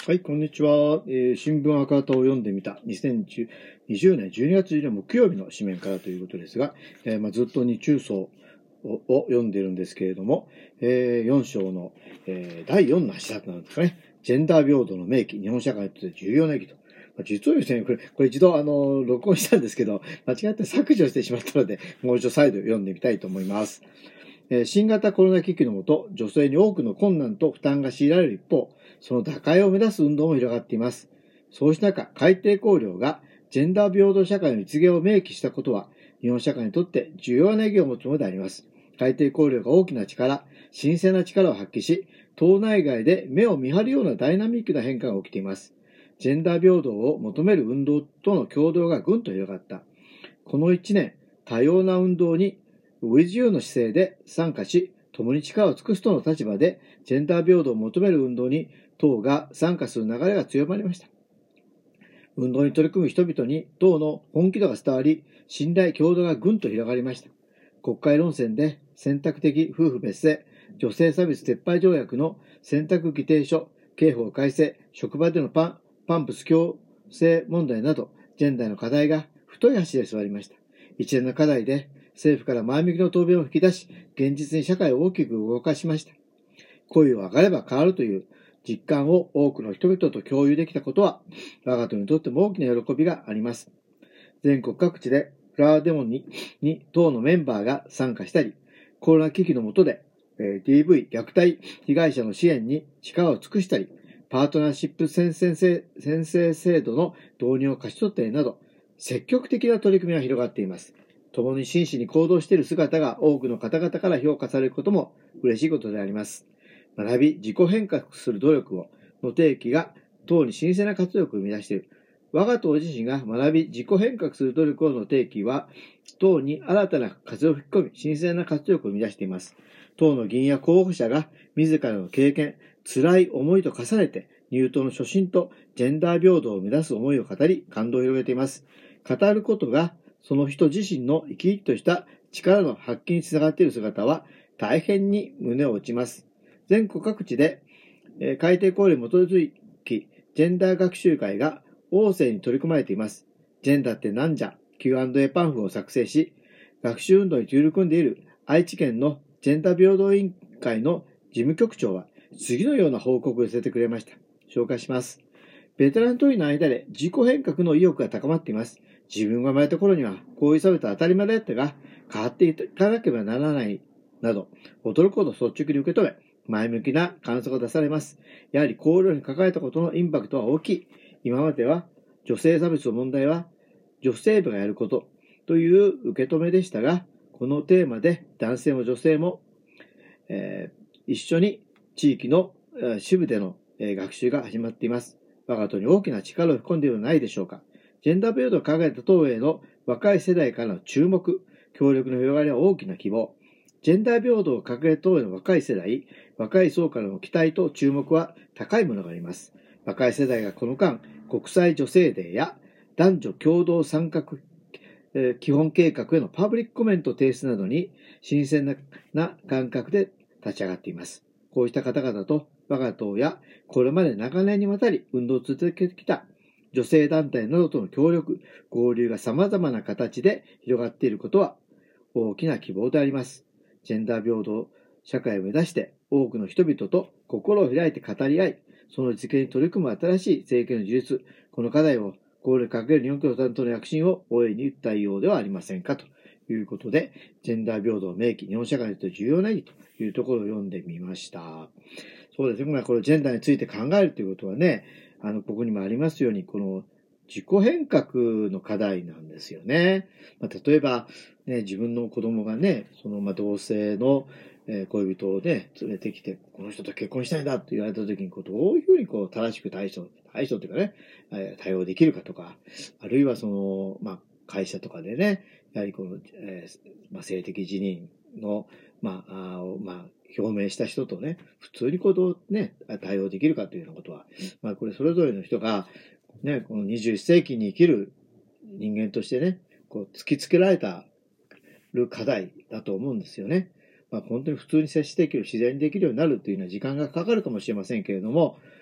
はい、こんにちは。新聞赤旗を読んでみた2020年12月12日木曜日の紙面からということですが、ずっと日中層を読んでいるんですけれども、4章の、第4の柱なんですかね。ジェンダー平等の明記、日本社会にとって重要な意義と。実はですね、これ一度録音したんですけど、間違って削除してしまったので、もう一度再度読んでみたいと思います。新型コロナ危機のもと、女性に多くの困難と負担が強いられる一方、その打開を目指す運動も広がっています。そうした中、改定綱領がジェンダー平等社会の実現を明記したことは、日本社会にとって重要な意義を持つものであります。改定綱領が大きな力、神聖な力を発揮し、党内外で目を見張るようなダイナミックな変化が起きています。ジェンダー平等を求める運動との共同がぐんと広がった。この1年、多様な運動に With You の姿勢で参加し、共に力を尽くすとの立場で、ジェンダー平等を求める運動に党が参加する流れが強まりました。運動に取り組む人々に党の本気度が伝わり、信頼共同がぐんと広がりました。国会論戦で選択的夫婦別姓、女性差別撤廃条約の選択議定書、刑法改正、職場でのパンプス強制問題など、ジェンダーの課題が太い橋で座りました。一連の課題で政府から前向きの答弁を引き出し、現実に社会を大きく動かしました。声を上がれば変わるという実感を多くの人々と共有できたことは、我が党にとっても大きな喜びがあります。全国各地でフラワーデモに党のメンバーが参加したり、コロナ危機の下で、DV 虐待被害者の支援に力を尽くしたり、パートナーシップ宣誓制度の導入を勝ち取ったりなど、積極的な取り組みが広がっています。共に真摯に行動している姿が多くの方々から評価されることも嬉しいことであります。学び、自己変革する努力をの提起が党に新鮮な活力を生み出している。我が党自身が学び、自己変革する努力をの提起は、党に新たな風を吹き込み、新鮮な活力を生み出しています。党の議員や候補者が自らの経験、辛い思いと重ねて、入党の初心とジェンダー平等を目指す思いを語り、感動を広げています。語ることが、その人自身の生き生きとした力の発揮につながっている姿は、大変に胸を打ちます。全国各地で、改定綱領に基づき、ジェンダー学習会が旺盛に取り組まれています。ジェンダーってなんじゃ Q&A パンフを作成し、学習運動に取り組んでいる愛知県のジェンダー平等委員会の事務局長は次のような報告を寄せてくれました。紹介します。ベテラン党員の間で自己変革の意欲が高まっています。自分が生まれた頃にはこういう差別は当たり前だったが、変わっていかなければならないなど、驚くほど率直に受け止め、前向きな感想が出されます。やはり考慮に抱えたことのインパクトは大きい。今までは女性差別の問題は女性部がやることという受け止めでしたが、このテーマで男性も女性も、一緒に地域の支部での学習が始まっています。我が党に大きな力を吹き込んでいるのではないでしょうか。ジェンダー平等を考えた党への若い世代からの注目、協力の広がりは大きな希望。ジェンダー平等を掲げる党への若い世代、若い層からの期待と注目は高いものがあります。若い世代がこの間、国際女性デーや男女共同参画基本計画へのパブリックコメント提出などに新鮮な感覚で立ち上がっています。こうした方々と我が党やこれまで長年にわたり運動を続けてきた女性団体などとの協力、合流が様々な形で広がっていることは大きな希望であります。ジェンダー平等社会を目指して多くの人々と心を開いて語り合い、その実現に取り組む新しい政権の樹立、この課題をゴールに掲げる日本共産党の躍進を大いに訴えようではありませんかということで、ジェンダー平等明記、日本社会にとって重要な意義というところを読んでみました。そうですね。このジェンダーについて考えるということはね、ここにもありますように、この自己変革の課題なんですよね。例えば、ね、自分の子供がね、同性の恋人をね、連れてきて、この人と結婚したいんだと言われた時に、どういうふうに正しく対処というかね、対応できるかとか、あるいは会社とかでね、やはり性的自認の、表明した人とね、普通に対応できるかというようなことは、これそれぞれの人が、ね、この21世紀に生きる人間としてね、突きつけられたる課題だと思うんですよね。本当に普通に接してできる、自然にできるようになるというような時間がかかるかもしれませんけれども、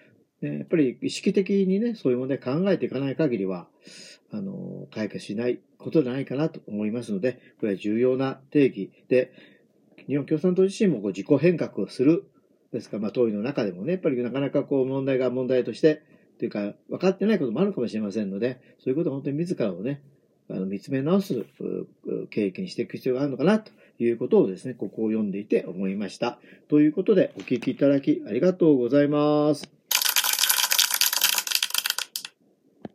やっぱり意識的にね、そういう問題考えていかない限りは、解決しないことじゃないかなと思いますので、これは重要な定義で、日本共産党自身も自己変革をする。ですから、党委の中でもね、やっぱりなかなか問題として、というか、分かってないこともあるかもしれませんので、そういうことを本当に自らをね、見つめ直す契機にしていく必要があるのかなということをですね、ここを読んでいて思いました。ということで、お聞きいただきありがとうございます。